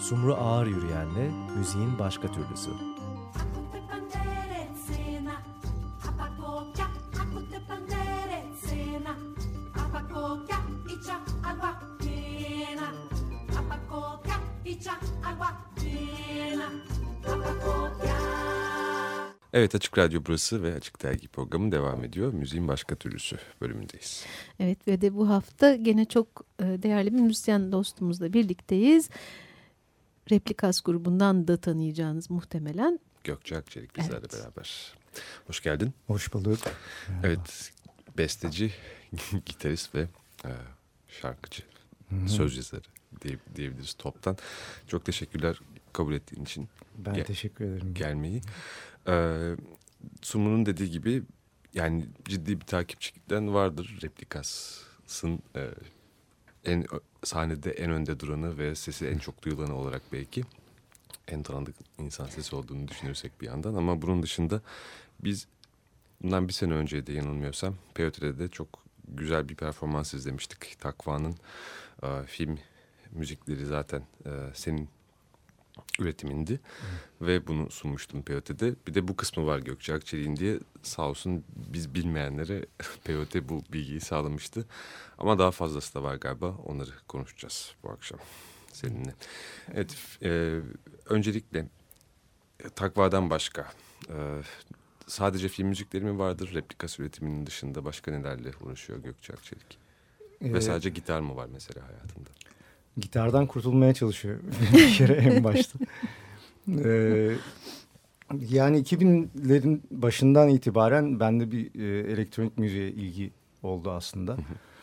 Sumru Ağır Yürüyen'le müziğin başka türlüsü. Evet, Açık Radyo burası ve Açık Dergi programı devam ediyor. Müziğin başka türlüsü bölümündeyiz. Evet ve de bu hafta gene çok değerli bir müzisyen dostumuzla birlikteyiz. Replikas grubundan da tanıyacağınız muhtemelen. Gökçe Akçelik bizlerle beraber. Hoş geldin. Hoş bulduk. Evet, besteci, gitarist ve şarkıcı, söz yazarı diyebiliriz toptan. Çok teşekkürler kabul ettiğin için. Ben teşekkür ederim. Gelmeyi. Sumru'nun dediği gibi yani ciddi bir takipçi kitlen vardır. Replikas'ın sahnede en önde duranı ve sesi en çok duyulanı olarak belki en tanıdık insan sesi olduğunu düşünürsek bir yandan. Ama bunun dışında biz bundan bir sene önce de yanılmıyorsam Peyote'de de çok güzel bir performans izlemiştik. Takva'nın film müzikleri zaten senin üretimindi ve bunu sunmuştum Peyote'de. Bir de bu kısmı var Gökçe Akçelik'in diye sağ olsun biz bilmeyenlere Peyote bu bilgiyi sağlamıştı. Ama daha fazlası da var galiba. Onları konuşacağız bu akşam seninle. Evet, öncelikle Takva'dan başka sadece film müzikleri mi vardır? Replikas üretiminin dışında başka nelerle uğraşıyor Gökçe Akçelik? Ve sadece gitar mı var mesela hayatında? Gitardan kurtulmaya çalışıyor bir kere en başta. Yani 2000'lerin başından itibaren bende bir elektronik müziğe ilgi oldu aslında.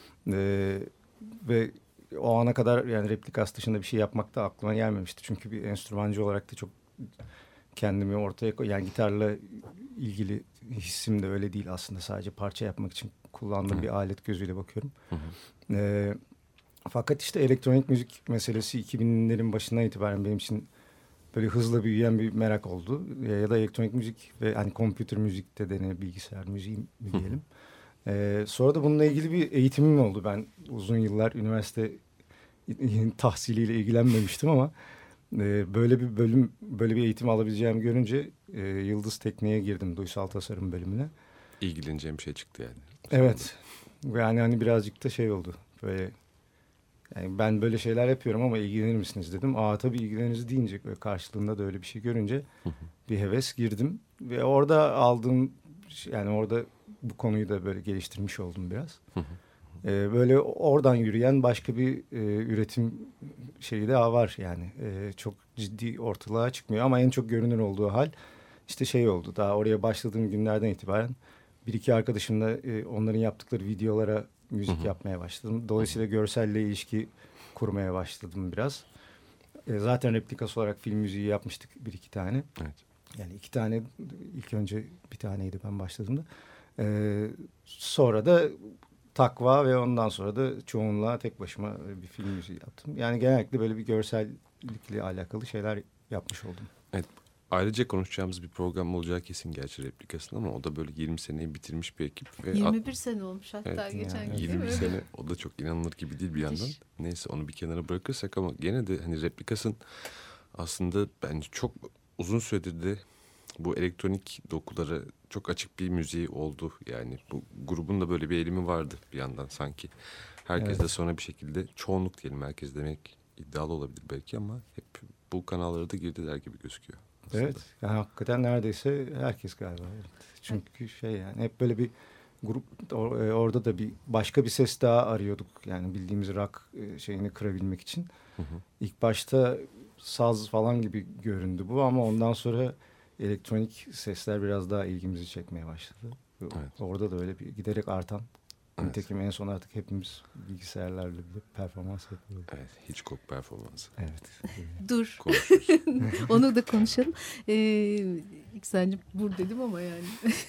Ve o ana kadar yani Replikas dışında bir şey yapmak da aklıma gelmemişti. Çünkü bir enstrümancı olarak da çok kendimi ortaya yani gitarla ilgili hissim de öyle değil aslında. Sadece parça yapmak için kullandığım bir alet gözüyle bakıyorum. Fakat işte elektronik müzik meselesi 2000'lerin başından itibaren benim için böyle hızla büyüyen bir merak oldu. Ya da elektronik müzik ve hani computer müzik de denir, bilgisayar müziği mi diyelim. Sonra da bununla ilgili bir eğitimim oldu. Ben uzun yıllar üniversite tahsiliyle ilgilenmemiştim ama böyle bir bölüm, böyle bir eğitim alabileceğimi görünce Yıldız Tekniğe girdim, duysal tasarım bölümüne. İlgileneceğim bir şey çıktı yani. Evet. Yani hani birazcık da şey oldu. Böyle yani ben böyle şeyler yapıyorum ama ilgilenir misiniz dedim. Tabii ilgileniriz deyince karşılığında da öyle bir şey görünce bir heves girdim. Ve orada aldığım yani orada bu konuyu da böyle geliştirmiş oldum biraz. Böyle oradan yürüyen başka bir üretim şeyi de var yani. Çok ciddi ortalığa çıkmıyor ama en çok görünür olduğu hal işte şey oldu. Daha oraya başladığım günlerden itibaren bir iki arkadaşımla onların yaptıkları videolara müzik yapmaya başladım. Dolayısıyla görselle ilişki kurmaya başladım biraz. Zaten Replikas olarak film müziği yapmıştık bir iki tane. Evet. Yani iki tane, ilk önce bir taneydi ben başladığımda. Sonra da Takva ve ondan sonra da çoğunluğa tek başıma bir film müziği yaptım. Yani genellikle böyle bir görsellikle alakalı şeyler yapmış oldum. Evet. Ayrıca konuşacağımız bir program olacağı kesin gerçi Replikas'ın ama o da böyle 20 seneyi bitirmiş bir ekip. Ve 21 sene olmuş hatta evet, geçen yani, gün. 20 sene o da çok inanılır gibi değil bir yandan. Neyse onu bir kenara bırakırsak ama gene de hani Replikas'ın aslında bence çok uzun süredir de bu elektronik dokulara çok açık bir müziği oldu. Yani bu grubun da böyle bir eğilimi vardı bir yandan sanki. Herkes de sonra bir şekilde çoğunluk diyelim, herkes demek iddialı olabilir belki ama hep bu kanallara da girdiler gibi gözüküyor. Aslında. Evet. Yani hakikaten neredeyse herkes galiba. Evet. Çünkü şey yani hep böyle bir grup orada da bir başka bir ses daha arıyorduk. Yani bildiğimiz rock şeyini kırabilmek için. İlk başta saz falan gibi göründü bu ama ondan sonra elektronik sesler biraz daha ilgimizi çekmeye başladı. Evet. Orada da öyle bir giderek artan. Evet. Nitekim en son artık hepimiz bilgisayarlarla bile performans yapıyoruz. Evet, Hitchcock performansı. Evet. Dur. Onu da konuşalım. İlk sence vur dedim ama yani.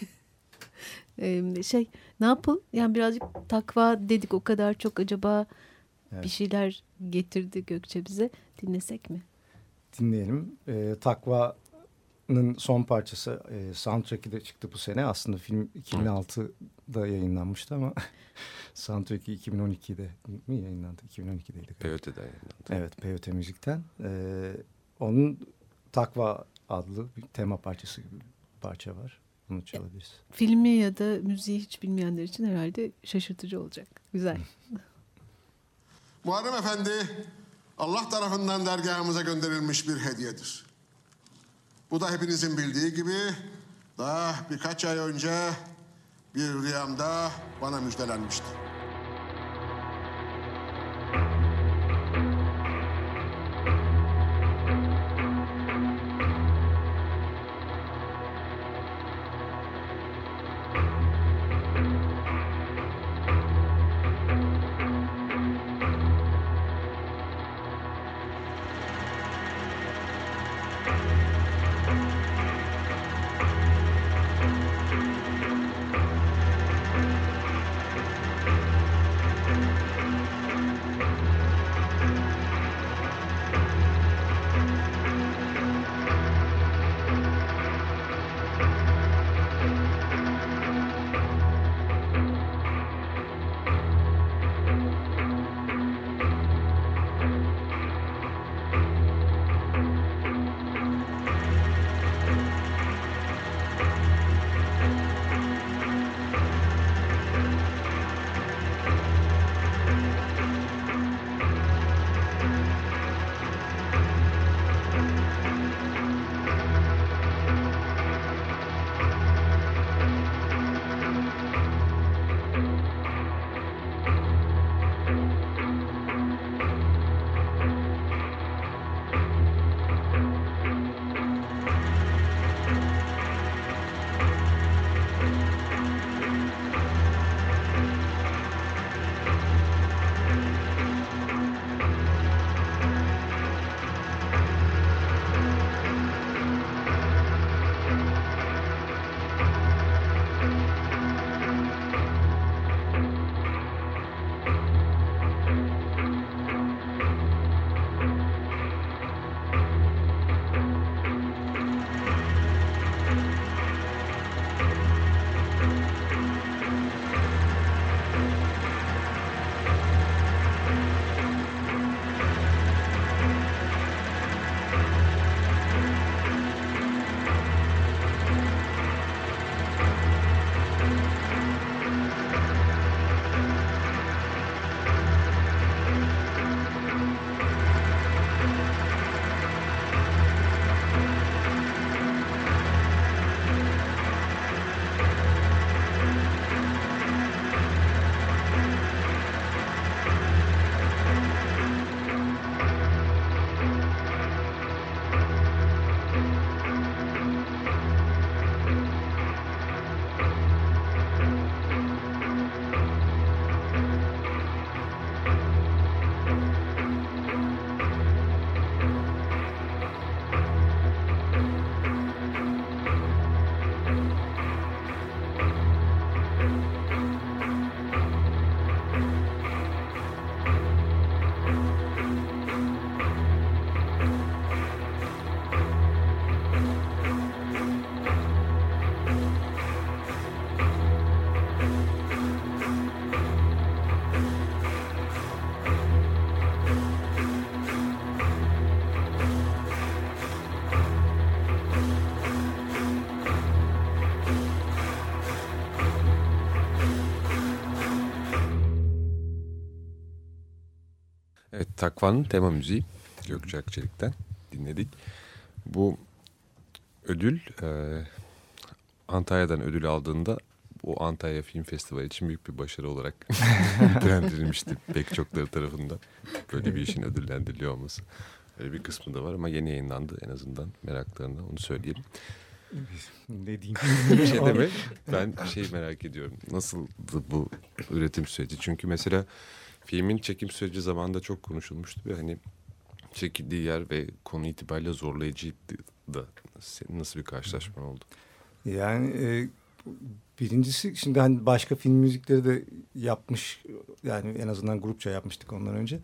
Ne yapalım? Yani birazcık Takva dedik, o kadar çok acaba bir şeyler getirdi Gökçe bize. Dinlesek mi? Dinleyelim. Takva Takva'nın son parçası soundtrack'i de çıktı bu sene. Aslında film 2006'da yayınlanmıştı ama soundtrack'i 2012'de mi yayınlandı? 2012'deydi. Peyote'den yayınlandı. Evet, Peyote Müzik'ten. Onun Takva adlı bir tema parçası gibi bir parça var. Onu çalabiliriz. Filmi ya da müziği hiç bilmeyenler için herhalde şaşırtıcı olacak. Güzel. Muharrem Efendi Allah tarafından dergahımıza gönderilmiş bir hediyedir. Bu da hepinizin bildiği gibi daha birkaç ay önce bir rüyamda bana müjdelenmişti. Evet, Takva'nın tema müziği Gökçe Çelik'ten dinledik. Bu ödül Antalya'dan ödül aldığında bu Antalya Film Festivali için büyük bir başarı olarak nitelendirilmişti pek çokları tarafından. Böyle bir işin ödüllendiriliyor olması. Öyle bir kısmı da var ama yeni yayınlandı en azından meraklarına, onu söyleyelim. Ne diyeyim? Bir şey deme. Ben merak ediyorum. Nasıldı bu üretim süreci? Çünkü mesela filmin çekim süreci zamanında çok konuşulmuştu ve hani çekildiği yer ve konu itibariyle zorlayıcıydı da. Senin nasıl bir karşılaşman oldu? Yani birincisi şimdi hani başka film müzikleri de yapmış, yani en azından grupça yapmıştık ondan önce.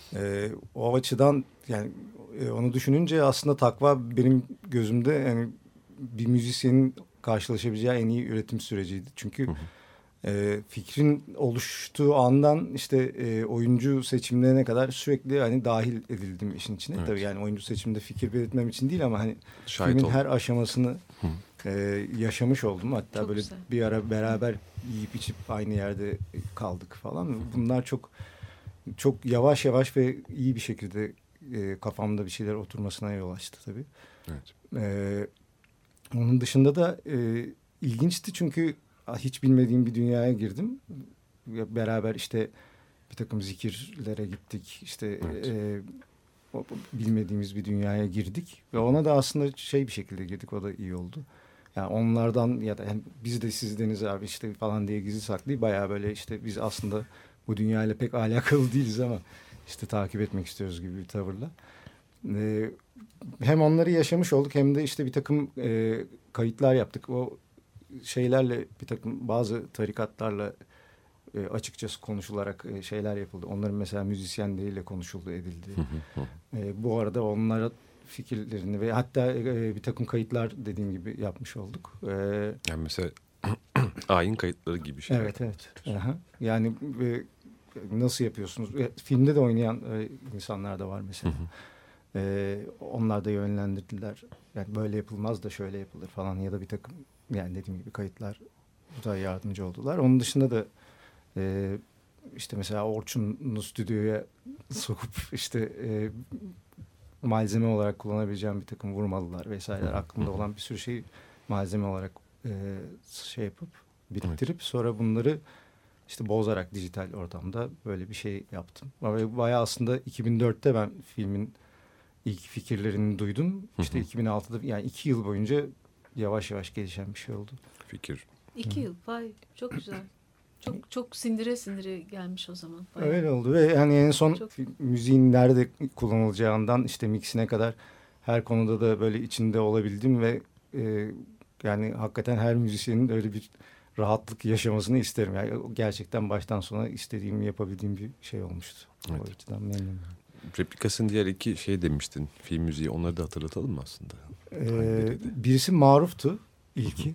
O açıdan yani onu düşününce aslında Takva benim gözümde yani bir müzisyenin karşılaşabileceği en iyi üretim süreciydi. Çünkü fikrin oluştuğu andan işte oyuncu seçimlerine kadar sürekli hani dahil edildim işin içine. Evet. Tabii yani oyuncu seçiminde fikir belirtmem için değil ama hani Şahit filmin oldum. her aşamasını yaşamış oldum. Hatta Çok böyle güzel. bir ara beraber yiyip içip aynı yerde kaldık falan. Bunlar çok çok yavaş yavaş ve iyi bir şekilde kafamda bir şeyler oturmasına yol açtı tabii. Evet. Onun dışında da ilginçti çünkü hiç bilmediğim bir dünyaya girdim. Beraber işte bir takım zikirlere gittik. İşte Evet. bilmediğimiz bir dünyaya girdik. Ve ona da aslında bir şekilde girdik. O da iyi oldu. Yani onlardan ya da yani biz de sizdeniz abi işte falan diye gizli saklı bayağı böyle işte biz aslında bu dünyayla pek alakalı değiliz ama işte takip etmek istiyoruz gibi bir tavırla. Hem onları yaşamış olduk hem de işte bir takım kayıtlar yaptık. O şeylerle bir takım bazı tarikatlarla açıkçası konuşularak şeyler yapıldı. Onların mesela müzisyenleriyle konuşuldu, edildi. Bu arada onlara fikirlerini ve hatta bir takım kayıtlar dediğim gibi yapmış olduk. Yani mesela ayin kayıtları gibi şeyler. Evet, evet. Aha. Yani nasıl yapıyorsunuz? Filmde de oynayan insanlar da var mesela. Onlar da yönlendirdiler. Yani böyle yapılmaz da şöyle yapılır falan ya da bir takım yani dediğim gibi kayıtlar da yardımcı oldular. Onun dışında da işte mesela Orçun'u stüdyoya sokup işte malzeme olarak kullanabileceğim bir takım vurmalılar vesaireler aklımda olan bir sürü şey malzeme olarak şey yapıp biriktirip sonra bunları işte bozarak dijital ortamda böyle bir şey yaptım. Bayağı aslında 2004'te ben filmin ilk fikirlerini duydum. İşte 2006'da yani 2 yıl boyunca yavaş yavaş gelişen bir şey oldu. Fikir. 2 yıl. Vay çok güzel. Çok sindire sindire gelmiş o zaman. Bayağı. Öyle oldu ve yani en son Çok... müziğin nerede kullanılacağından işte mixine kadar her konuda da böyle içinde olabildim ve yani hakikaten her müzisyenin öyle bir rahatlık yaşamasını isterim. Yani gerçekten baştan sona istediğimi yapabildiğim bir şey olmuştu. Evet. O açıdan memnunum. Replikas'ın diğer iki şey demiştin. Film müziği, onları da hatırlatalım mı aslında? Birisi Maruf'tu ilki.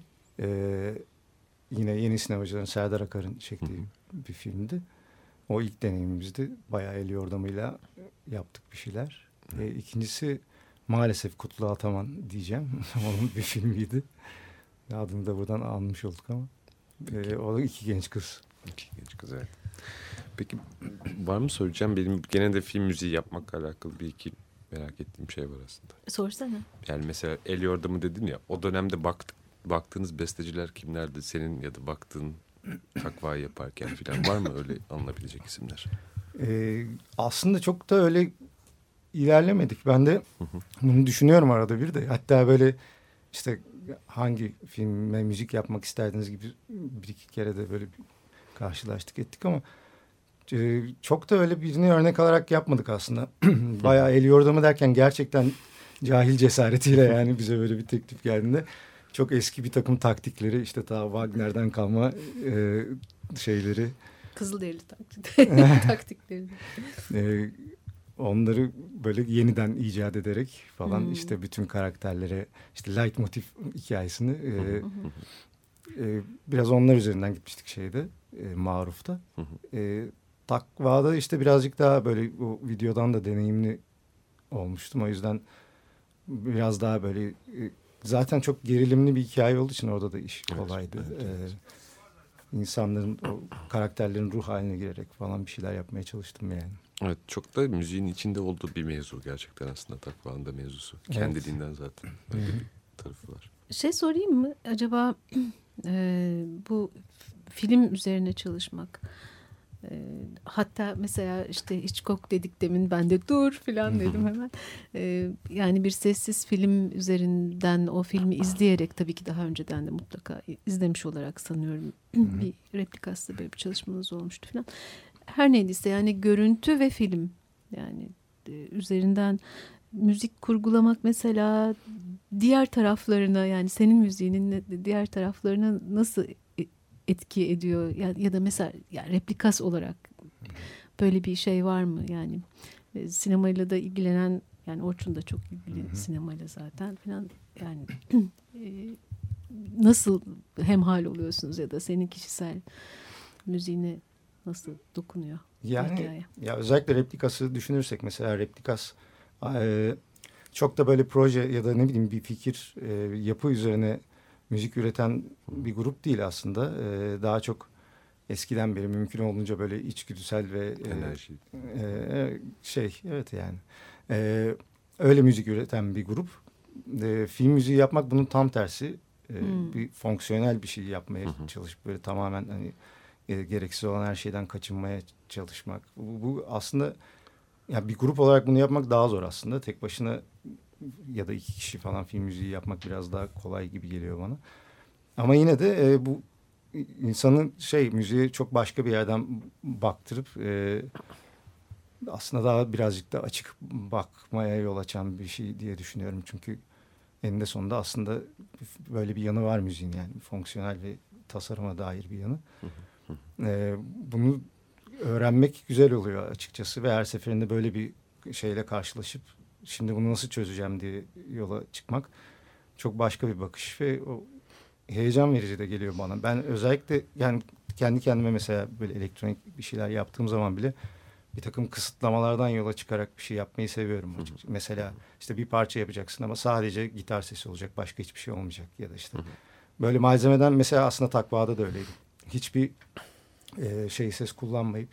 Yine Yeni Sinemacıların Serdar Akar'ın çektiği bir filmdi. O ilk deneyimimizdi. Bayağı el yordamıyla yaptık bir şeyler. İkincisi maalesef Kutlu Ataman diyeceğim. Onun bir filmiydi. Adını da buradan almış olduk ama. O da 2 genç kız. 2 genç kız, evet. Peki var mı soracağım? Benim gene de film müziği yapmakla alakalı bir iki merak ettiğim şey var aslında. Sorsana. Yani mesela el yordamı dedin ya, o dönemde baktığınız besteciler kimlerdi? Senin ya da baktığın takvayı yaparken falan var mı öyle alınabilecek isimler? Aslında çok da öyle ilerlemedik. Ben de bunu düşünüyorum arada bir de. Hatta böyle işte hangi filme müzik yapmak isterdiniz gibi bir iki kere de böyle karşılaştık ettik ama çok da öyle birini örnek alarak yapmadık aslında. Bayağı el yordamı derken gerçekten cahil cesaretiyle yani bize böyle bir teklif geldiğinde çok eski bir takım taktikleri işte ta Wagner'den kalma şeyleri. Kızılderili taktikleri. Onları böyle yeniden icat ederek falan işte bütün karakterlere işte leitmotiv hikayesini biraz onlar üzerinden gitmiştik şeyde Maruf'ta. Takva'da işte birazcık daha böyle o videodan da deneyimli olmuştum. O yüzden biraz daha böyle zaten çok gerilimli bir hikaye olduğu için orada da iş kolaydı. Evet. İnsanların o karakterlerin ruh haline girerek falan bir şeyler yapmaya çalıştım yani. Evet, çok da müziğin içinde olduğu bir mevzu gerçekten aslında Takva'nın da mevzusu. Evet. Kendiliğinden zaten öyle bir tarafı var. Şey sorayım mı? Acaba bu film üzerine çalışmak hatta mesela işte Hitchcock dedik demin ben de dur falan dedim hemen. Yani bir sessiz film üzerinden o filmi izleyerek tabii ki daha önceden de mutlaka izlemiş olarak sanıyorum bir Replikas'ta böyle bir çalışmanız olmuştu falan. Her neydiyse yani görüntü ve film yani üzerinden müzik kurgulamak mesela diğer taraflarına yani senin müziğinin diğer taraflarına nasıl etki ediyor ya da mesela yani Replikas olarak böyle bir şey var mı yani sinemayla da ilgilenen Yani Orçun da çok ilgili sinemayla zaten falan. Yani nasıl hemhal oluyorsunuz ya da senin kişisel müziğine nasıl dokunuyor? Yani ya özellikle Replikas'ı düşünürsek, mesela Replikas çok da böyle proje ya da ne bileyim bir fikir, yapı üzerine müzik üreten bir grup değil aslında. Daha çok eskiden beri mümkün olduğunca böyle içgüdüsel ve enerji evet yani öyle müzik üreten bir grup. Film müziği yapmak bunun tam tersi. Bir fonksiyonel bir şey yapmaya çalışıp böyle tamamen hani gereksiz olan her şeyden kaçınmaya çalışmak. Bu aslında ya bir grup olarak bunu yapmak daha zor aslında. Tek başına ya da 2 kişi falan film müziği yapmak biraz daha kolay gibi geliyor bana. Ama yine de bu insanın müziğe çok başka bir yerden baktırıp aslında daha birazcık da açık bakmaya yol açan bir şey diye düşünüyorum. Çünkü eninde sonunda aslında böyle bir yanı var müziğin, yani fonksiyonel ve tasarıma dair bir yanı. Bunu öğrenmek güzel oluyor açıkçası ve her seferinde böyle bir şeyle karşılaşıp şimdi bunu nasıl çözeceğim diye yola çıkmak çok başka bir bakış ve o heyecan verici de geliyor bana. Ben özellikle yani kendi kendime mesela böyle elektronik bir şeyler yaptığım zaman bile bir takım kısıtlamalardan yola çıkarak bir şey yapmayı seviyorum açıkçası. Mesela işte bir parça yapacaksın ama sadece gitar sesi olacak, başka hiçbir şey olmayacak ya da işte böyle malzemeden, mesela aslında Takva'da da öyleydi. Hiçbir ses kullanmayıp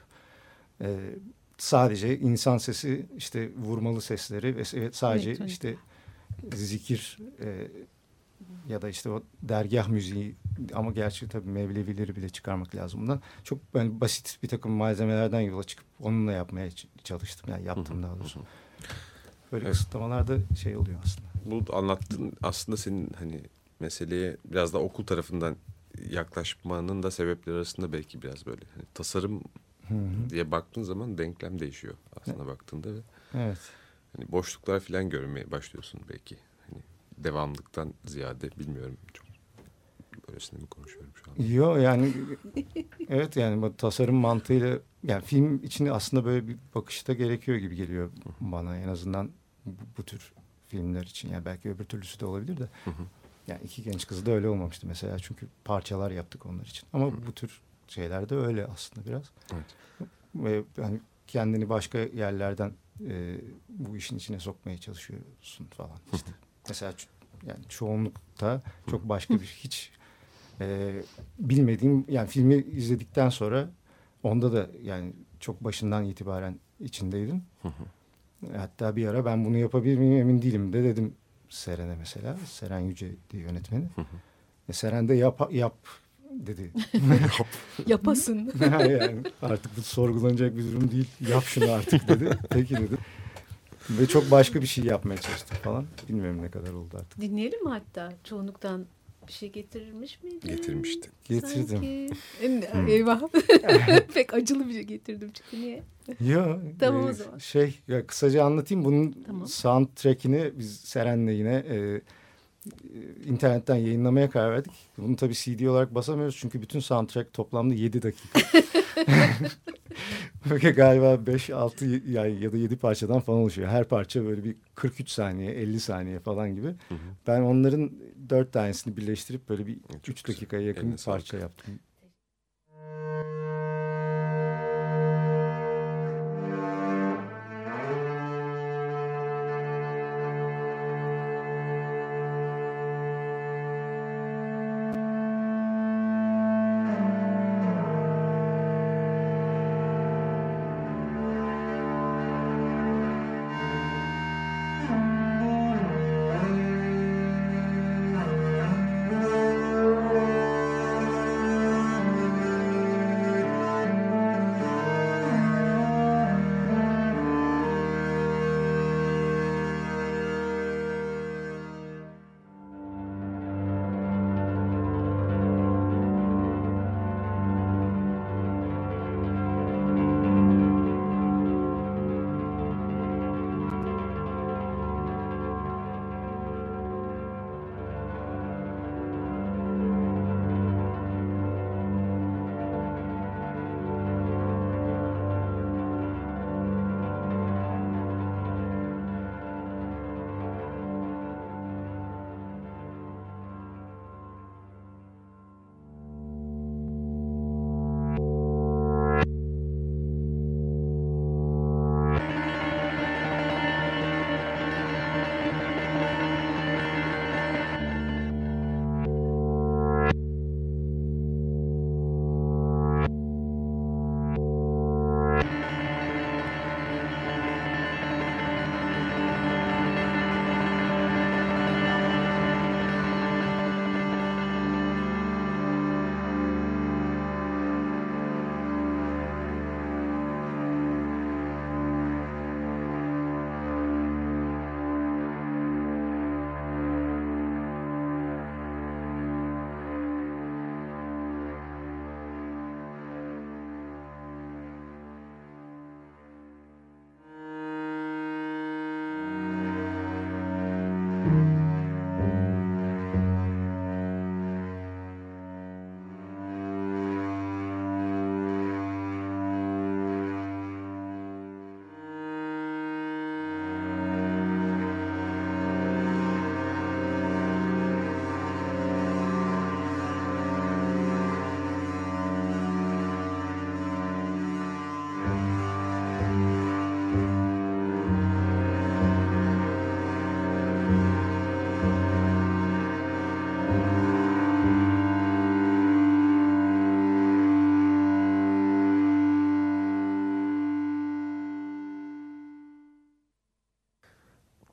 sadece insan sesi, işte vurmalı sesleri ve sadece işte zikir ya da işte o dergah müziği, ama gerçi tabii Mevlevileri bile çıkarmak lazım bundan. Çok yani basit bir takım malzemelerden yola çıkıp onunla yapmaya çalıştım. Yani yaptım daha doğrusu. Böyle kısıtlamalarda oluyor aslında. Bu anlattığın aslında senin hani meseleye biraz da okul tarafından yaklaşmanın da sebepleri arasında belki biraz böyle hani tasarım diye baktığın zaman denklem değişiyor aslında baktığında ve evet. Hani boşluklar falan görmeye başlıyorsun belki. Hani devamlıktan ziyade, bilmiyorum, çok böylesine mi konuşuyorum şu an? Yok yani evet, yani bu tasarım mantığıyla, yani film için aslında böyle bir bakışta gerekiyor gibi geliyor bana, en azından bu tür filmler için. Yani belki öbür türlüsü de olabilir de. Yani İki Genç Kızı da öyle olmamıştı mesela, çünkü parçalar yaptık onlar için. Ama bu tür şeyler de öyle aslında biraz. Evet. Ve hani kendini başka yerlerden bu işin içine sokmaya çalışıyorsun falan işte. Mesela yani çoğunlukta çok başka bir hiç bilmediğim, yani filmi izledikten sonra onda da yani çok başından itibaren içindeydim. Hatta bir ara ben bunu yapabilir miyim emin değilim de dedim Seren'e mesela. Seren Yüce diye yönetmeni. Seren de yap dedi. Yapasın. Yani artık bu sorgulanacak bir durum değil. Yap şunu artık dedi. Peki dedi. Ve çok başka bir şey yapmaya çalıştık falan. Bilmiyorum ne kadar oldu artık. Dinleyelim mi hatta? Çoğunluktan bir şey getirilmiş miydi? Getirmişti. Getirdim. Eyvah. Pek acılı bir şey getirdim çünkü niye? Yok. Tamam o zaman. Ya kısaca anlatayım. Bunun soundtrack'ini biz Seren'le yine internetten yayınlamaya karar verdik. Bunu tabii CD olarak basamıyoruz çünkü bütün soundtrack toplamda 7 dakika. Galiba 5-6 ya da 7 parçadan falan oluşuyor. Her parça böyle bir 43 saniye, 50 saniye falan gibi. Ben onların 4 tanesini birleştirip böyle bir 3 dakikaya yakın bir parça yaptım.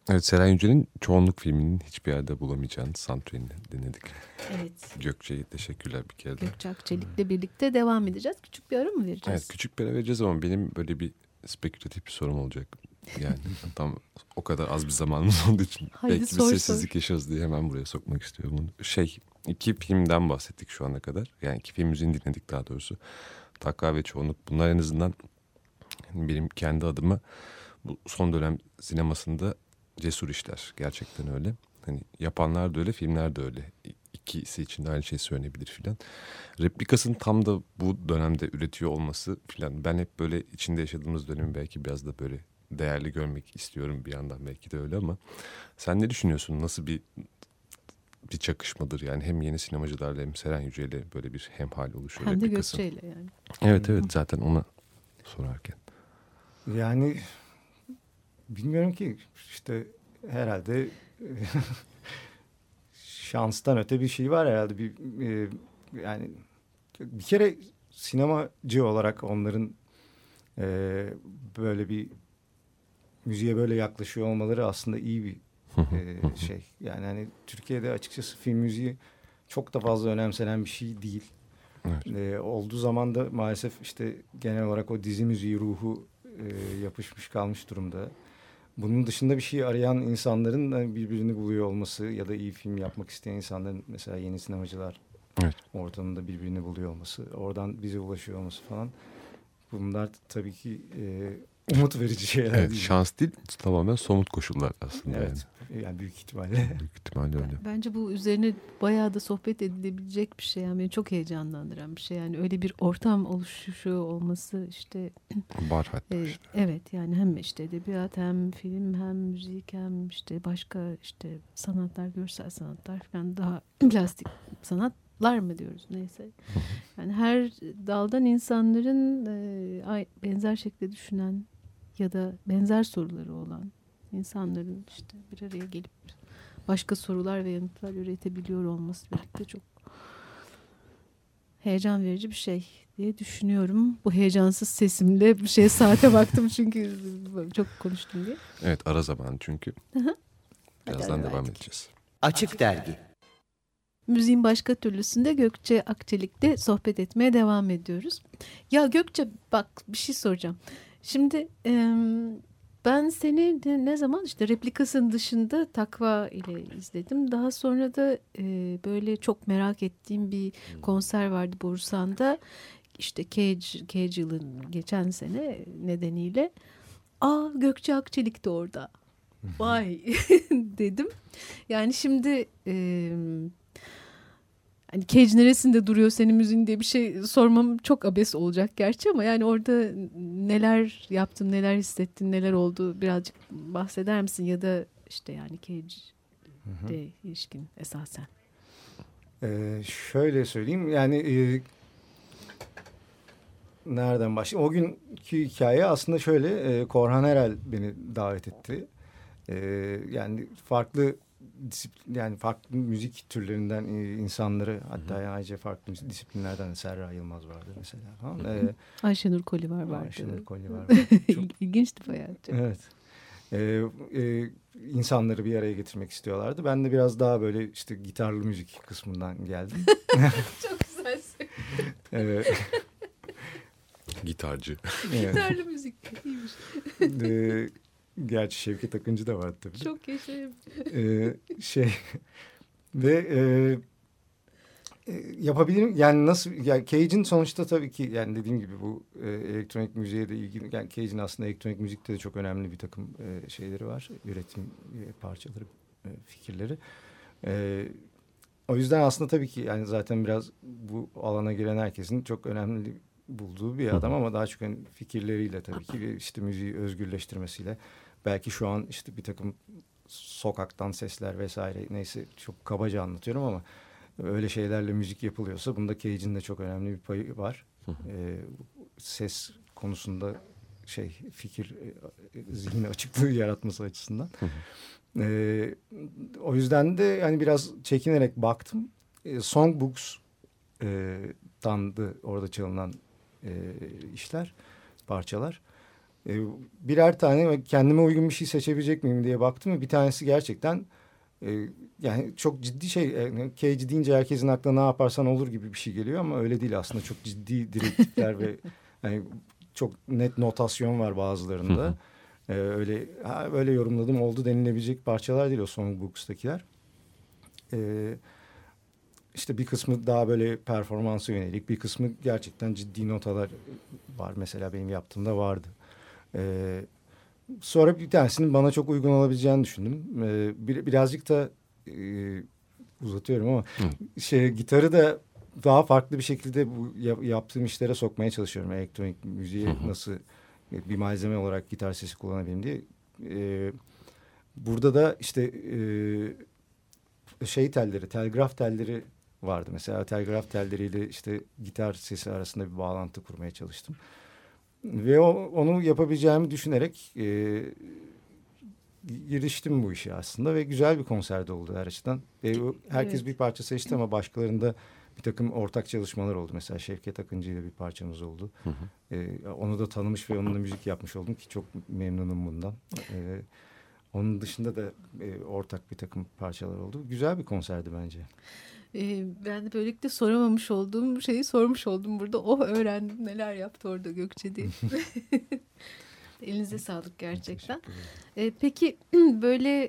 Evet, Seren Yücel'in çoğunluk filminin hiçbir yerde bulamayacağını soundtrack'ini dinledik. Evet. Gökçe'ye teşekkürler bir kere daha. Gökçe Akçelik'le birlikte devam edeceğiz. Küçük bir ara mı vereceğiz? Evet, küçük bir ara vereceğiz ama benim böyle bir spekülatif bir sorum olacak. Yani tam o kadar az bir zamanımız olduğu için Haydi belki bir sor, sessizlik yaşarız diye hemen buraya sokmak istiyorum bunu. 2 filmden bahsettik şu ana kadar. Yani 2 film müziğini dinledik daha doğrusu. Takva ve Çoğunluk. Bunlar en azından benim kendi adıma bu son dönem sinemasında cesur işler. Gerçekten öyle. Hani yapanlar da öyle, filmler de öyle. İkisi için de aynı şey söylenebilir filan. Replikasını tam da bu dönemde üretiyor olması filan. Ben hep böyle içinde yaşadığımız dönemi belki biraz da böyle değerli görmek istiyorum bir yandan, belki de öyle ama sen ne düşünüyorsun? Nasıl bir çakışmadır yani, hem yeni sinemacılarla hem Seren Yücel'le böyle bir hemhal oluşuyor. Hem de replikası. Gökçe'yle yani. Evet zaten ona sorarken. Yani bilmiyorum ki, işte herhalde şanstan öte bir şey var herhalde. Yani bir kere sinemacı olarak onların böyle bir müziğe böyle yaklaşıyor olmaları aslında iyi bir şey. Yani hani Türkiye'de açıkçası film müziği çok da fazla önemsenen bir şey değil. Evet. Olduğu zaman da maalesef işte genel olarak o dizi müziği ruhu yapışmış kalmış durumda. Bunun dışında bir şey arayan insanların birbirini buluyor olması ya da iyi film yapmak isteyen insanların, mesela yeni sinemacılar ortamında birbirini buluyor olması, oradan bize ulaşıyor olması falan. Bunlar tabii ki umut verici şeyler Evet, değil. şans değil, tamamen somut koşullar aslında. Evet. Yani büyük ihtimalle. Büyük ihtimalle öyle. Bence bu üzerine bayağı da sohbet edilebilecek bir şey. Yani beni çok heyecanlandıran bir şey. Yani öyle bir ortam oluşuyor olması işte. Var hatta işte. Evet, yani hem işte edebiyat hem film hem müzik hem işte başka işte sanatlar, görsel sanatlar falan, daha plastik sanatlar mı diyoruz neyse. Yani her daldan insanların benzer şekilde düşünen ya da benzer soruları olan insanların işte bir araya gelip başka sorular ve yanıtlar üretebiliyor olması birlikte çok heyecan verici bir şey diye düşünüyorum. Bu heyecansız sesimle bir şeye saate baktım çünkü çok konuştum diye. Evet, ara zaman çünkü. Birazdan devam edeceğiz. Açık Dergi. Müziğin başka türlüsünde Gökçe Akçelik'te sohbet etmeye devam ediyoruz. Ya Gökçe, bak bir şey soracağım. Şimdi ben seni ne zaman işte Replikas'ın dışında Takva ile izledim. Daha sonra da böyle çok merak ettiğim bir konser vardı Borusan'da. İşte Cage yılın geçen sene nedeniyle. Gökçe Akçelik de orada. Vay dedim. Yani şimdi hani Cage neresinde duruyor senin müziğin diye bir şey sormam çok abes olacak gerçi, ama yani orada neler yaptın, neler hissettin, neler oldu, birazcık bahseder misin? Ya da işte yani Cage'le ilişkin esasen. Şöyle söyleyeyim yani nereden başlayayım? O günkü hikaye aslında şöyle, Korhan Erel beni davet etti. Yani farklı farklı müzik türlerinden insanları, hatta ayrıca farklı disiplinlerden de Serra Yılmaz vardı mesela falan. Ayşenur Kolivar vardı. Ayşenur Kolivar vardı. İlginçti bayağı. Evet. İnsanları bir araya getirmek istiyorlardı. Ben de biraz daha böyle işte gitarlı müzik kısmından geldim. Çok güzel söyledin. Gitarcı. Gitarlı müzik iyiymiş. Gerçi Şevket Akıncı da vardı tabii. Çok yaşayayım. Ve yapabilirim yani, nasıl yani Cage'in sonuçta tabii ki yani dediğim gibi bu elektronik müziğe de ilgili, yani Cage'in aslında elektronik müzikte de çok önemli bir takım şeyleri var, üretim parçaları, fikirleri. O yüzden aslında tabii ki yani zaten biraz bu alana giren herkesin çok önemli bulduğu bir adam, ama daha çok yani fikirleriyle tabii ki işte müziği özgürleştirmesiyle, belki şu an işte bir takım sokaktan sesler vesaire, neyse çok kabaca anlatıyorum ama öyle şeylerle müzik yapılıyorsa bunda Cage'in de çok önemli bir payı var. Ses konusunda fikir, zihni açıklığı yaratması açısından. O yüzden de yani biraz çekinerek baktım. Songbooks'tandı orada çalınan işler, parçalar. Birer tane kendime uygun bir şey seçebilecek miyim diye baktım. Bir tanesi gerçekten yani çok ciddi şey. Cage deyince herkesin aklına ne yaparsan olur gibi bir şey geliyor ama öyle değil aslında. Çok ciddi direktifler ve yani çok net notasyon var bazılarında. Öyle yorumladım oldu denilebilecek parçalar değil o Songbooks'takiler. İşte bir kısmı daha böyle performansa yönelik, bir kısmı gerçekten ciddi notalar var. Mesela benim yaptığımda vardı. Sonra bir tanesinin bana çok uygun olabileceğini düşündüm. Birazcık da uzatıyorum ama gitarı da daha farklı bir şekilde bu yaptığım işlere sokmaya çalışıyorum. Elektronik müziği nasıl bir malzeme olarak gitar sesi kullanabileyim diye. Burada da işte telgraf telleri vardı. Mesela telgraf telleriyle işte gitar sesi arasında bir bağlantı kurmaya çalıştım. Ve onu yapabileceğimi düşünerek giriştim bu işe aslında ve güzel bir konserde oldu her açıdan. Herkes bir parça seçti ama başkalarında bir takım ortak çalışmalar oldu. Mesela Şevket Akıncı ile bir parçamız oldu. Onu da tanımış ve onunla müzik yapmış oldum ki çok memnunum bundan. Onun dışında da ortak bir takım parçalar oldu. Güzel bir konserdi bence. Ben de böylelikle soramamış olduğum şeyi sormuş oldum burada. Oh, öğrendim neler yaptı orada Gökçe diye. Elinize sağlık gerçekten. Peki böyle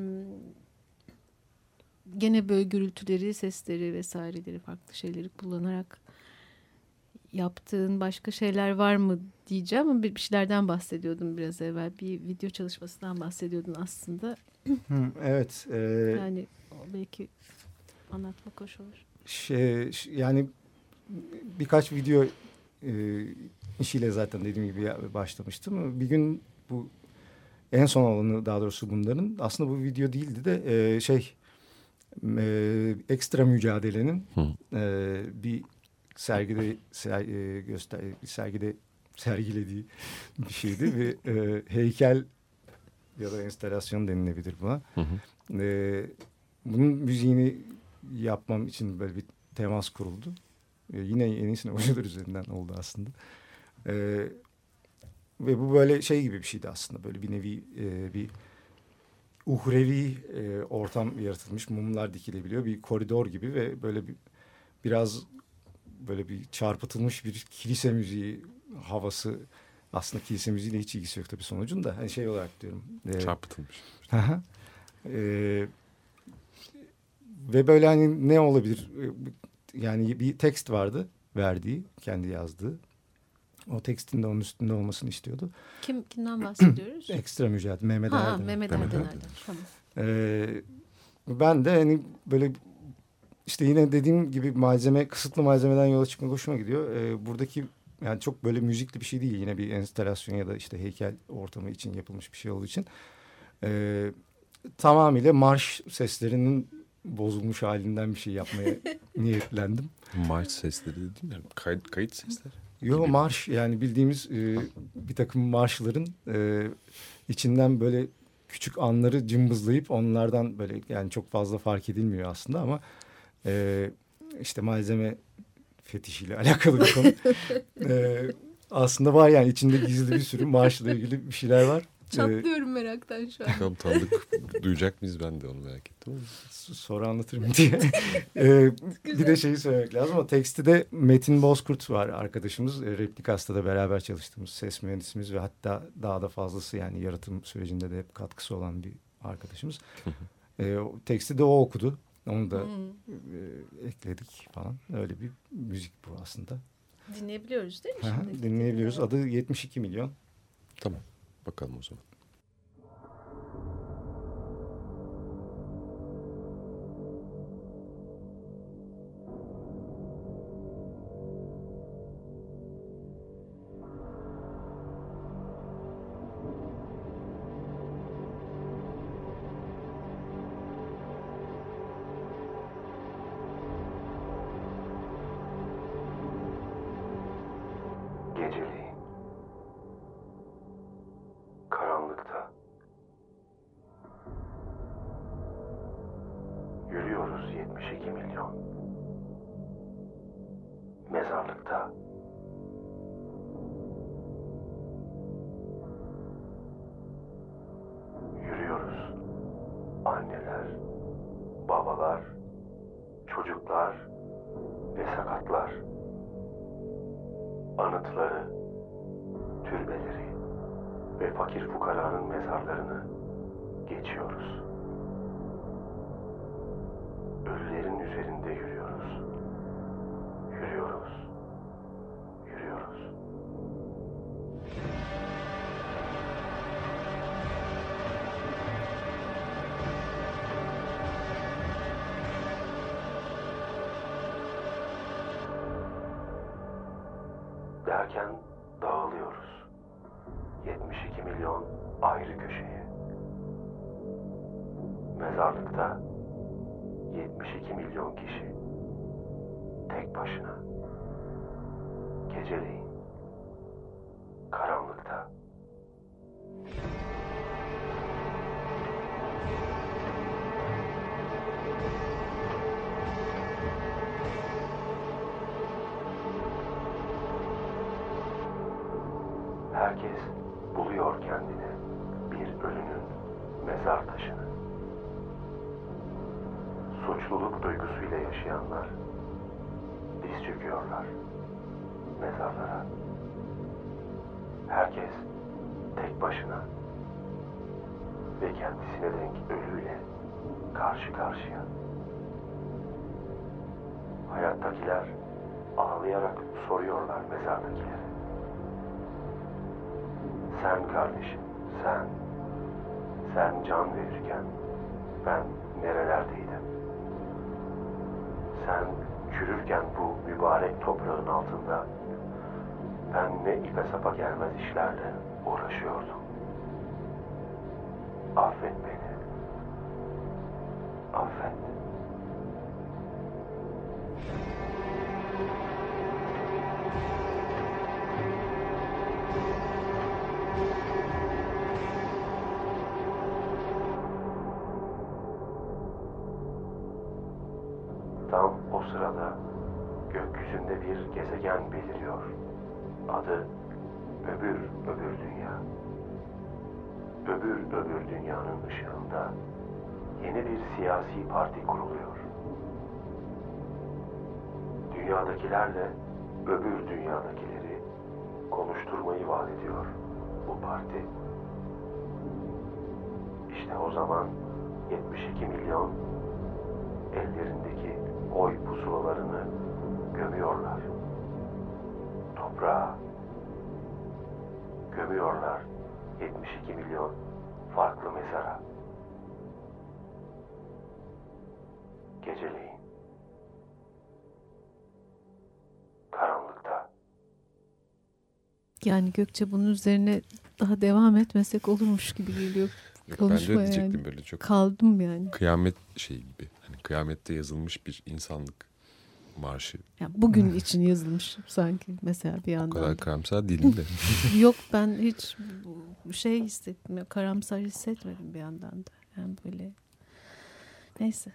gene böyle gürültüleri, sesleri vesaireleri, farklı şeyleri kullanarak yaptığın başka şeyler var mı diyeceğim ama bir şeylerden bahsediyordum biraz evvel. Bir video çalışmasından bahsediyordun aslında. Evet. Yani belki anlatmak hoş olur. Yani birkaç video işiyle zaten dediğim gibi başlamıştım. Bir gün bu en son olanı, daha doğrusu bunların aslında bu video değildi de ekstra mücadelenin bir sergide sergilediği bir şeydi ve heykel ya da enstalasyon denilebilir buna. Bunun müziğini yapmam için böyle bir temas kuruldu. Yine Yeni Sinemacılar üzerinden oldu aslında. Ve bu böyle şey gibi bir şeydi aslında. Böyle bir nevi bir uhrevi ortam yaratılmış. Mumlar dikilebiliyor. Bir koridor gibi ve böyle biraz böyle bir çarpıtılmış bir kilise müziği havası. Aslında kilise müziğiyle hiç ilgisi yok tabii sonucunda. Hani şey olarak diyorum. Çarpıtılmış. Ve böyle hani ne olabilir? Yani bir tekst vardı verdiği, kendi yazdığı. O tekstin de onun üstünde olmasını istiyordu. Kimden bahsediyoruz? Ekstra mücadele. Mehmet Erdem. Mehmet Erdem. Tamam. Ben de hani böyle işte yine dediğim gibi kısıtlı malzemeden yola çıkmak hoşuma gidiyor. Buradaki yani çok böyle müzikli bir şey değil. Yine bir enstalasyon ya da işte heykel ortamı için yapılmış bir şey olduğu için. Tamamıyla marş seslerinin bozulmuş halinden bir şey yapmaya niyetlendim. Marş sesleri değil mi? Kayıt sesleri. Yok, marş yani bildiğimiz bir takım marşların içinden böyle küçük anları cımbızlayıp onlardan böyle yani çok fazla fark edilmiyor aslında ama işte malzeme fetişiyle alakalı bir konu. Aslında var yani içinde gizli bir sürü marşla ilgili bir şeyler var. Çatlıyorum meraktan şu an. Bakalım tanıdık duyacak mıyız, ben de onu merak ettim. Sonra anlatırım diye. Bir de şeyi söylemek lazım. O teksti de Metin Bozkurt var arkadaşımız. Replikas'ta da beraber çalıştığımız ses mühendisimiz ve hatta daha da fazlası yani yaratım sürecinde de hep katkısı olan bir arkadaşımız. Teksti de o okudu. Onu da ekledik falan. Öyle bir müzik bu aslında. Dinleyebiliyoruz değil mi? Şimdi? Dinleyebiliyoruz. Adı 72 milyon. Tamam. Bakalım o zaman. Geceliğin, karanlıkta, yürüyoruz 72 milyon. Mezarlıkta, anıtları, türbeleri ve fakir fukaranın mezarlarını geçiyoruz. Ölülerin üzerinde yürüyoruz. Yürüyoruz. Yürüyoruz. Derken dağılıyoruz. 72 milyon ayrı köşeye. Mezarlıkta 72 milyon kişi tek başına. Geceleyin karanlıkta. Herkes buluyor kendine bir ölünün mezar taşını. Suçluluk duygusuyla yaşayanlar diz çöküyorlar mezarlara. Herkes tek başına ve kendisine denk ölüyle karşı karşıya. Hayattakiler ağlayarak soruyorlar mezardakilere. Sen kardeşim, sen can verirken ben nerelerdeydim? Sen çürürken bu mübarek toprağın altında ben ne ipe sapa gelmez işlerle uğraşıyordum. Affet beni. Affet. Tam o sırada gökyüzünde bir gezegen beliriyor. Adı öbür dünya. Öbür dünyanın ışığında yeni bir siyasi parti kuruluyor. Dünyadakilerle öbür dünyadakileri konuşturmayı vaat ediyor bu parti. İşte o zaman 72 milyon ellerindeki oy pusulalarını gömüyorlar. Toprağa gömüyorlar 72 milyon farklı mezara. Geceleyin karanlıkta. Yani Gökçe bunun üzerine daha devam etmesek olurmuş gibi geliyor. Yok, ben de Konuşma diyecektim yani. böyle çok Kaldım yani. kıyamet şey gibi. Hani kıyamette yazılmış bir insanlık marşı. Yani bugün için yazılmış sanki mesela bir O yandan. kadar da. karamsar değilim de. Yok ben hiç şey hissettim. Karamsar hissetmedim bir yandan da. Yani böyle neyse.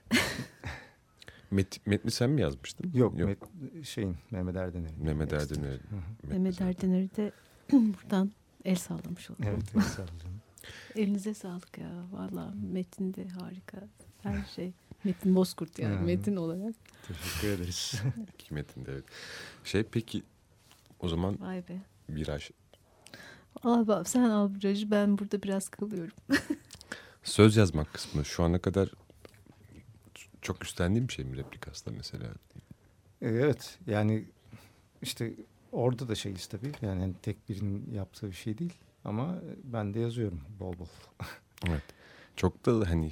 Metni sen mi yazmıştın? Yok. Mehmet Erdener'in. Mehmet Erdener. Mehmet Erdener'i de buradan el sallamış oldum. Evet, sağ olun. Elinize sağlık ya. Valla metin de harika. Her şey. Metin Bozkurt yani metin olarak. Teşekkür ederiz. Metinde evet. Peki o zaman Vay be. viraj. Sen al virajı, ben burada biraz kalıyorum. Söz yazmak kısmı şu ana kadar çok üstlendiğim bir şey mi Replikas'ta mesela? Evet yani işte orada da şeyiz tabii. Yani hani tek birinin yaptığı bir şey değil. Ama ben de yazıyorum bol bol. Evet. Çok da hani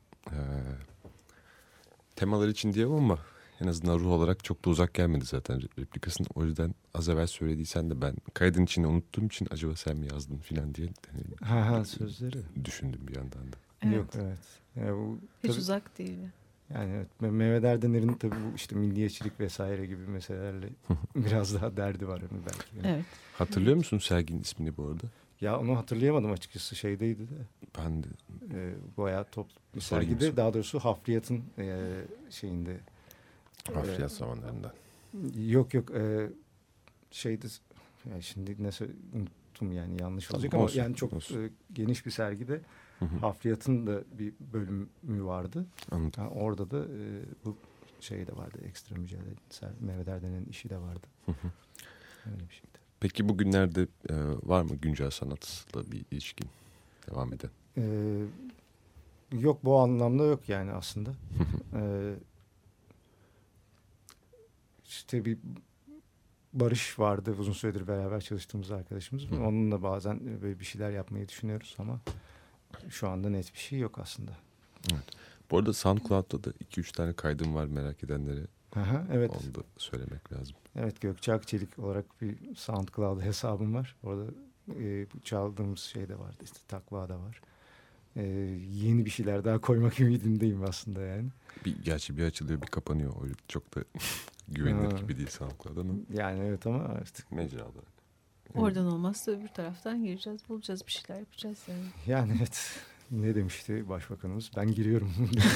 temalar için diyemem ama en azından ruh olarak çok da uzak gelmedi zaten Replikas'ın. O yüzden az evvel söylediysen de ben kaydın içinde unuttuğum için acaba sen mi yazdın filan diye Sözleri. düşündüm bir yandan da. Evet. Yok evet. Yani bu, Hiç tabii, uzak değil. yani evet, Mehmet Erdener'in tabii bu işte milliyetçilik vesaire gibi meselelerle biraz daha derdi var hani belki. Yani. Evet. Hatırlıyor musun serginin ismini bu arada? Ya onu hatırlayamadım açıkçası, şeydeydi de. Ben de. Bayağı toplu bir Sorayım sergide, sana. daha doğrusu Hafriyat'ın şeyinde. Hafriyat zamanlarından. Yok şeyde, yani şimdi unuttum yani, yanlış olacak Tamam, ama olsun, yani çok olsun. geniş bir sergide Hafriyat'ın da bir bölümü vardı. Anladım. Orada da bu şey de vardı, ekstra mücadele, Mehmet Erdener'in işi de vardı. Öyle bir şeydi. Peki bugünlerde var mı güncel sanatla bir ilişkin devam eden? Yok, bu anlamda yok yani aslında. İşte bir Barış vardı, uzun süredir beraber çalıştığımız arkadaşımız. Onunla bazen böyle bir şeyler yapmayı düşünüyoruz ama şu anda net bir şey yok aslında. Evet. Bu arada SoundCloud'da da 2-3 tane kaydım var merak edenlere. Aha, evet. Onu da söylemek lazım. Evet, Gökçe Akçelik olarak bir SoundCloud hesabım var. Orada çaldığımız şey de vardı, işte Takva da var. Yeni bir şeyler daha koymak ümidindeyim aslında yani. Gerçi bir açılıyor bir kapanıyor. O çok da güvenilir gibi değil SoundCloud'da ama. Yani evet ama artık. Mecra olarak. Oradan olmazsa öbür taraftan gireceğiz, bulacağız, bir şeyler yapacağız yani. Yani evet. Ne demişti başbakanımız? Ben giriyorum.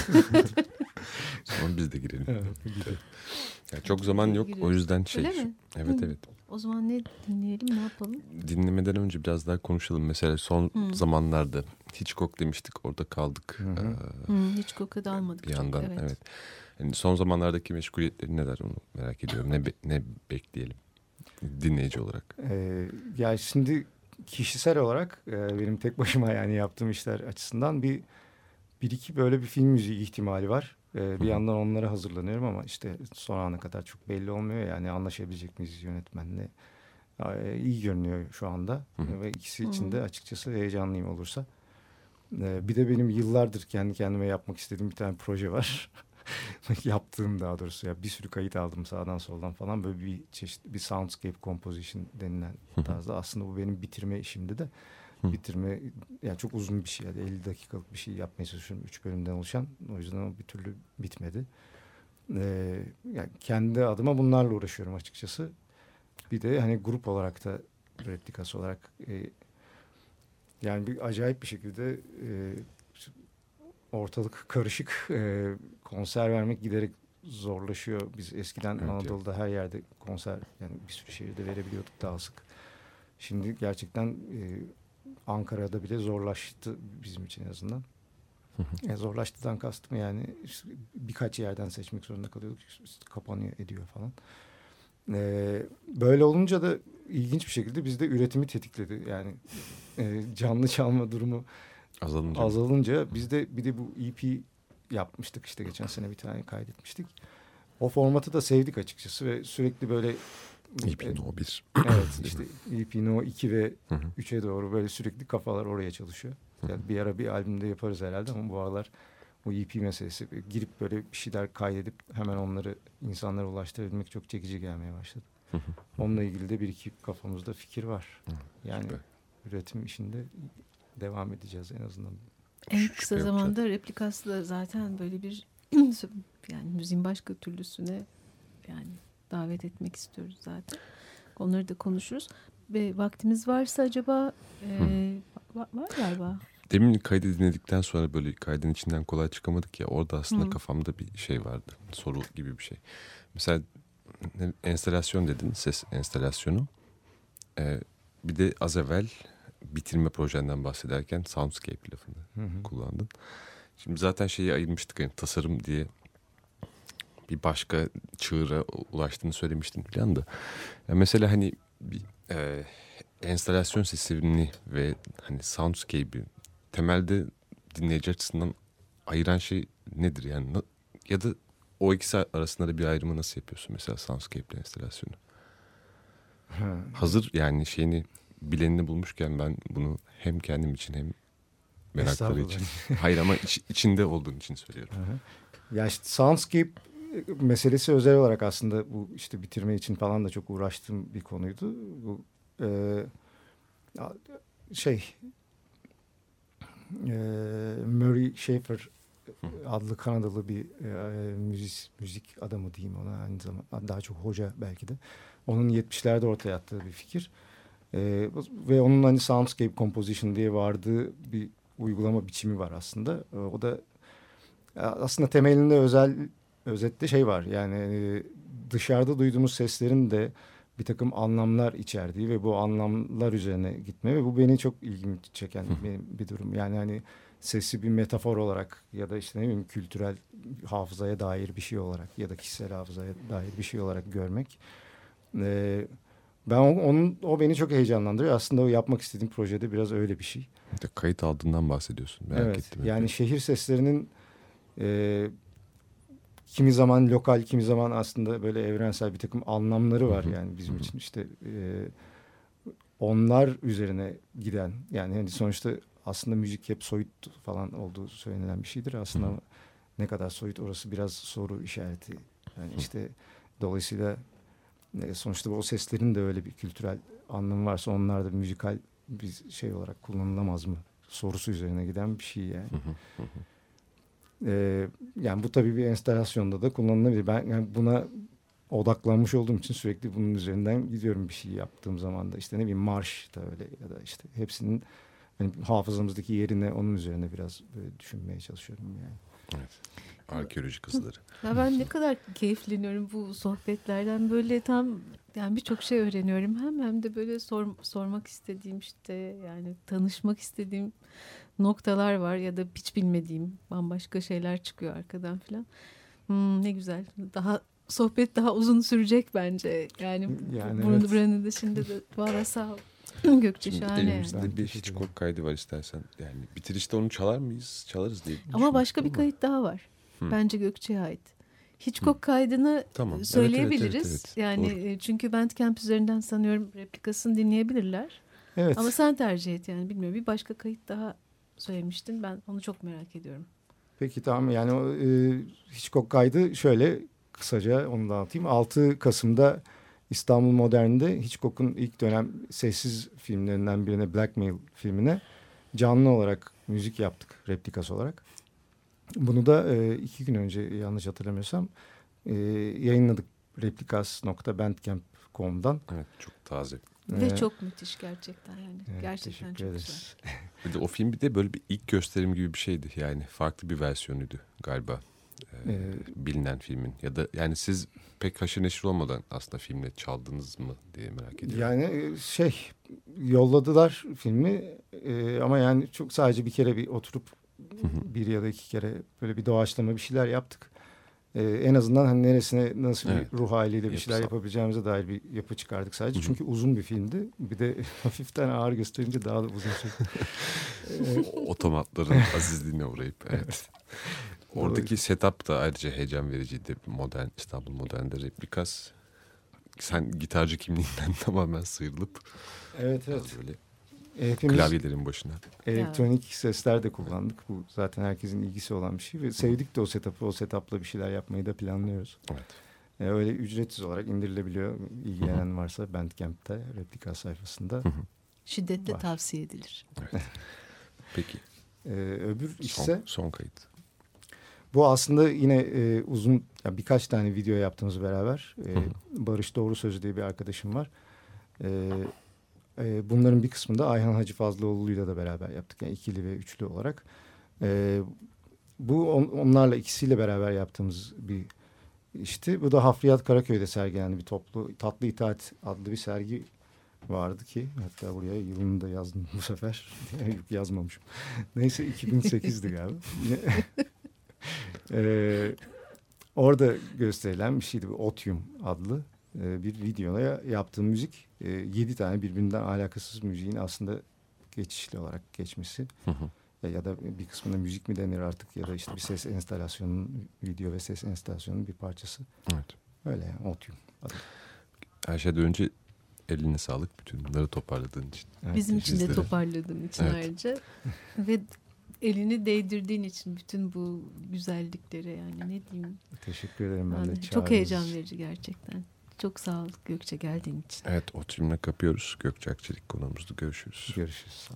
O zaman biz de girelim. Evet. Yani çok zaman yok. O yüzden şey. Öyle mi? Evet evet. O zaman ne dinleyelim, ne yapalım? Dinlemeden önce biraz daha konuşalım. Mesela son zamanlarda Hitchcock demiştik. Orada kaldık. Hitchcock'a dalmadık. Bir yandan evet. evet. Yani son zamanlardaki meşguliyetleri neler onu merak ediyorum. Ne bekleyelim dinleyici olarak? Yani şimdi kişisel olarak benim tek başıma yani yaptığım işler açısından bir iki böyle bir film müziği ihtimali var. Bir yandan onlara hazırlanıyorum ama işte son ana kadar çok belli olmuyor. Yani anlaşabilecek miyiz yönetmenle? İyi görünüyor şu anda. Ve ikisi için de açıkçası heyecanlıyım olursa. Bir de benim yıllardır kendi kendime yapmak istediğim bir tane proje var. Yaptığım daha doğrusu. Ya bir sürü kayıt aldım sağdan soldan falan. Böyle bir çeşit bir soundscape composition denilen tarzda. Aslında bu benim bitirme işimdi de. Bitirme yani çok uzun bir şey. Yani 50 dakikalık bir şey yapmaya çalışıyorum. 3 bölümden oluşan. O yüzden o bir türlü bitmedi. Yani kendi adıma bunlarla uğraşıyorum açıkçası. Bir de hani grup olarak da replikası olarak yani bir acayip bir şekilde ortalık karışık. Konser vermek giderek zorlaşıyor. Biz eskiden evet, Anadolu'da her yerde konser yani bir sürü şehirde verebiliyorduk daha sık. Şimdi gerçekten Ankara'da bile zorlaştı bizim için en azından. Zorlaştıdan kastım yani işte birkaç yerden seçmek zorunda kalıyorduk. İşte kapanıyor ediyor falan. Böyle olunca da ilginç bir şekilde bizde üretimi tetikledi. Yani canlı çalma durumu azalınca biz de bir de bu EP yapmıştık işte geçen sene bir tane kaydetmiştik. O formatı da sevdik açıkçası ve sürekli böyle EP No 1. Evet işte EP No 2 ve 3'e doğru böyle sürekli kafalar oraya çalışıyor. Yani bir ara bir albümde yaparız herhalde ama bu aralar o EP meselesi girip böyle bir şeyler kaydedip hemen onları insanlara ulaştırabilmek çok çekici gelmeye başladı. Onunla ilgili de bir iki kafamızda fikir var. Yani üretim işinde devam edeceğiz en azından. En kısa zamanda replikası da zaten böyle bir yani müziğin başka türlüsüne yani davet etmek istiyoruz zaten. Onları da konuşuruz. Ve vaktimiz varsa acaba var galiba. Demin kaydı dinledikten sonra böyle kaydın içinden kolay çıkamadık ya. Orada aslında kafamda bir şey vardı. Soru gibi bir şey. Mesela enstalasyon dedin. Ses enstalasyonu. Bir de az evvel bitirme projenden bahsederken soundscape lafını kullandın. Şimdi zaten şeyi ayırmıştık. Yani tasarım diye bir başka çığıra ulaştığını söylemiştin falan da. Yani mesela hani bir enstalasyon sesini ve hani soundscape'i temelde dinleyici açısından ayıran şey nedir yani? Ya da o ikisi arasında da bir ayrımı nasıl yapıyorsun mesela soundscape ile enstalasyonu? Hazır yani şeyini bilenini bulmuşken ben bunu hem kendim için hem merakları için. Hayır ama içinde olduğun için söylüyorum. Ya işte soundscape meselesi özel olarak aslında bu işte bitirme için falan da çok uğraştığım bir konuydu. Bu Murray Schafer adlı Kanadalı bir müzik adamı diyeyim ona aynı zamanda daha çok hoca belki de. Onun 70'lerde ortaya attığı bir fikir. Ve onun hani soundscape composition diye vardığı bir uygulama biçimi var aslında. O da aslında temelinde özette şey var. Yani dışarıda duyduğumuz seslerin de bir takım anlamlar içerdiği ve bu anlamlar üzerine gitme ve bu beni çok ilgimi çeken bir durum. Yani hani sesi bir metafor olarak ya da işte ne bileyim kültürel hafızaya dair bir şey olarak ya da kişisel hafızaya dair bir şey olarak görmek. O beni çok heyecanlandırıyor. Aslında o yapmak istediğim projede biraz öyle bir şey. İşte kayıt aldığından bahsediyorsun. Merak ettim. Yani şehir seslerinin kimi zaman lokal, kimi zaman aslında böyle evrensel bir takım anlamları var. Yani bizim için işte onlar üzerine giden, yani hani sonuçta aslında müzik hep soyut falan olduğu söylenilen bir şeydir. Aslında ne kadar soyut orası biraz soru işareti. Yani işte dolayısıyla sonuçta o seslerin de öyle bir kültürel anlamı varsa onlar da müzikal bir şey olarak kullanılamaz mı sorusu üzerine giden bir şey yani. Yani bu tabii bir enstalasyonda da kullanılabilir. Ben yani buna odaklanmış olduğum için sürekli bunun üzerinden gidiyorum bir şey yaptığım zaman da. İşte ne bileyim marş da öyle ya da işte hepsinin hani hafızamızdaki yerine onun üzerine biraz böyle düşünmeye çalışıyorum yani. Evet. Arkeoloji kızları. Ya ben ne kadar keyifleniyorum bu sohbetlerden. Böyle tam yani birçok şey öğreniyorum. Hem de böyle sormak istediğim işte yani tanışmak istediğim noktalar var ya da hiç bilmediğim bambaşka şeyler çıkıyor arkadan falan. Ne güzel. Sohbet daha uzun sürecek bence. Yani buranın dışında da valla sağ ol. Gökçe Şimdi şahane. elimizde Yani. bir Hitchcock kaydı var istersen. Yani bitirişte onu çalar mıyız? Çalarız diye. Ama başka bir kayıt daha var. Bence Gökçe'ye ait. Hitchcock kaydını söyleyebiliriz. Evet. Yani çünkü Bandcamp üzerinden sanıyorum replikasını dinleyebilirler. Evet. Ama sen tercih et yani bilmiyorum. Bir başka kayıt daha söylemiştin. Ben onu çok merak ediyorum. Peki tamam yani o Hitchcock kaydı şöyle kısaca onu da anlatayım. 6 Kasım'da İstanbul Modern'de Hitchcock'un ilk dönem sessiz filmlerinden birine Blackmail filmine canlı olarak müzik yaptık replikası olarak. Bunu da 2 gün önce yanlış hatırlamıyorsam yayınladık replikas.bandcamp.com'dan. Evet çok taze. Ve çok müthiş gerçekten yani. Evet, gerçekten çok güzel. Bir de o film bir de böyle bir ilk gösterim gibi bir şeydi. Yani farklı bir versiyonuydu galiba. Bilinen filmin. Ya da yani siz pek haşır neşir olmadan aslında filmle çaldınız mı diye merak ediyorum. Yani yolladılar filmi ama yani çok sadece bir kere bir oturup bir ya da 2 kere böyle bir doğaçlama bir şeyler yaptık. En azından hani neresine nasıl bir ruh haliyle bir şeyler yapabileceğimize dair bir yapı çıkardık sadece. Çünkü uzun bir filmdi. Bir de hafiften ağır gösterince daha da uzun sürdü. Otomatların azizliğine uğrayıp evet. Oradaki setup da ayrıca heyecan vericiydi. İstanbul Modern'de replikas. Sen gitarcı kimliğinden tamamen sıyrılıp evet. Böyle Hepimiz klavyelerin başına. Elektronik sesler de kullandık. Bu zaten herkesin ilgisi olan bir şey. Ve sevdik de o setup'ı. O setup'la bir şeyler yapmayı da planlıyoruz. Evet. Öyle ücretsiz olarak indirilebiliyor. İlgilenen varsa Bandcamp'te replika sayfasında. Şiddetle tavsiye edilir. Evet. Peki. Öbür ise son kayıt. Bu aslında yine uzun birkaç tane video yaptığımız beraber. Barış Doğru Sözü diye bir arkadaşım var. Bunların bir kısmını da Ayhan Hacı Fazlıoğlu'yla da beraber yaptık. Yani ikili ve üçlü olarak. Bu onlarla ikisiyle beraber yaptığımız bir işti. Bu da Hafriyat Karaköy'de sergilenen bir toplu Tatlı İtaat adlı bir sergi vardı ki hatta buraya yılını da yazdım bu sefer. Yazmamışım. Neyse 2008'di galiba. Orada gösterilen bir şeydi. Otium adlı bir videoya yaptığım müzik. 7 tane birbirinden alakasız müziğin aslında geçişli olarak geçmesi. Ya da bir kısmına müzik mi denir artık ya da işte bir ses enstalasyonunun, video ve ses enstalasyonunun bir parçası. Evet. Öyle yani Otium adı. Her şeyden önce eline sağlık bütün bunları toparladığın için. Evet, bizim için de toparladığın için ayrıca. Ve elini değdirdiğin için bütün bu güzelliklere yani ne diyeyim. Teşekkür ederim ben de. Çok heyecan verici gerçekten. Çok sağ ol Gökçe geldiğin için. Evet o filmle kapıyoruz. Gökçe Akçelik konuğumuzdu. Görüşürüz. Görüşürüz. Sağ ol.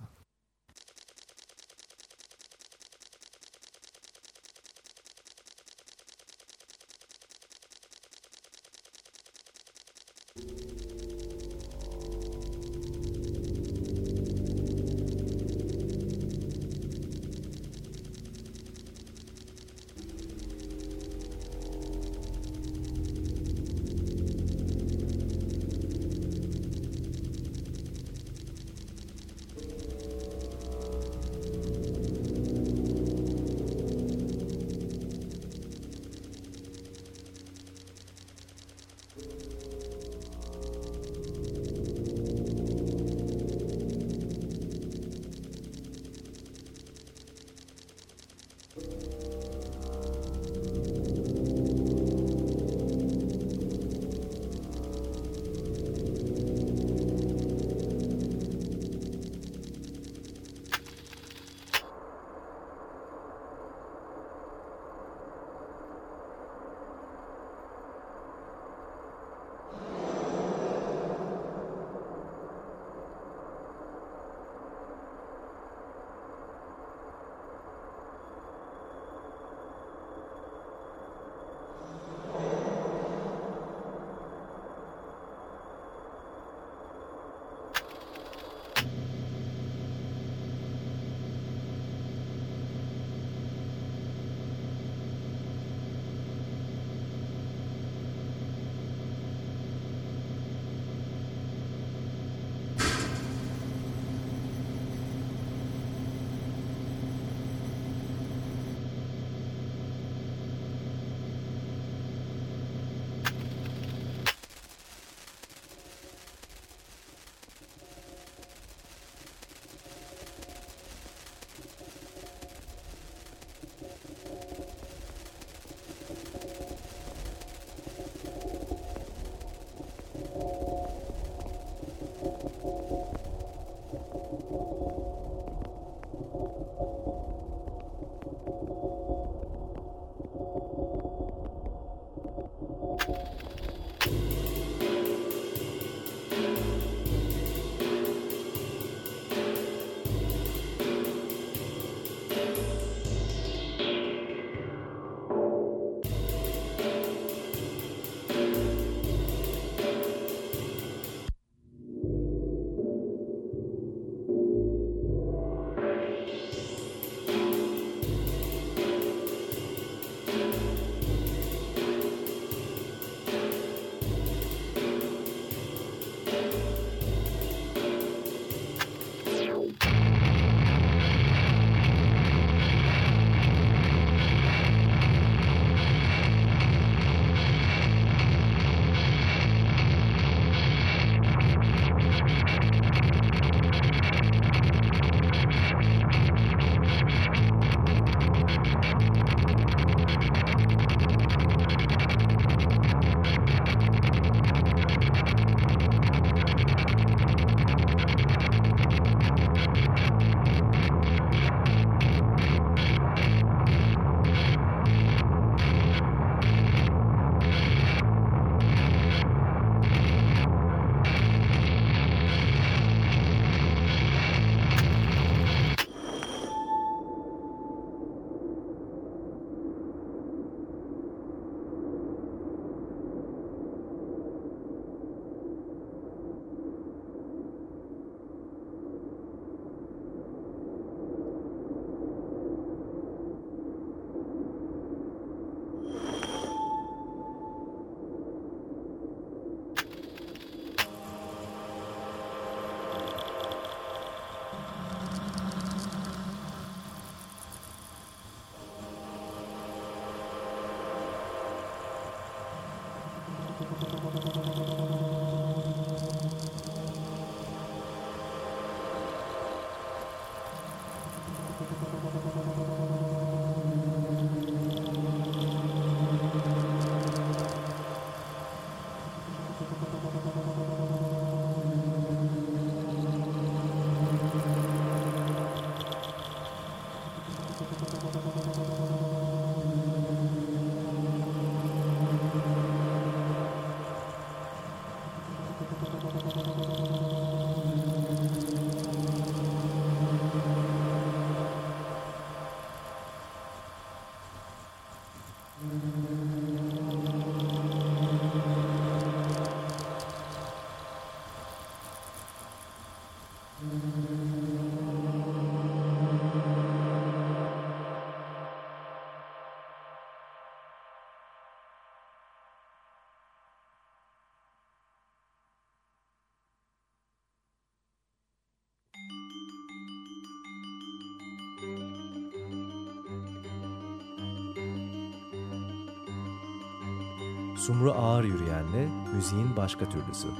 Sumru Ağır Yürüyen'le müziğin başka türlüsü.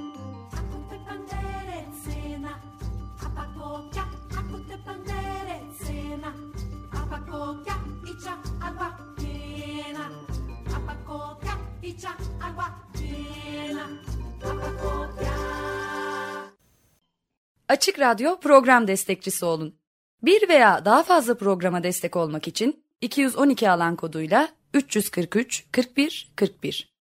Açık Radyo program destekçisi olun. Bir veya daha fazla programa destek olmak için 212 alan koduyla 343 41 41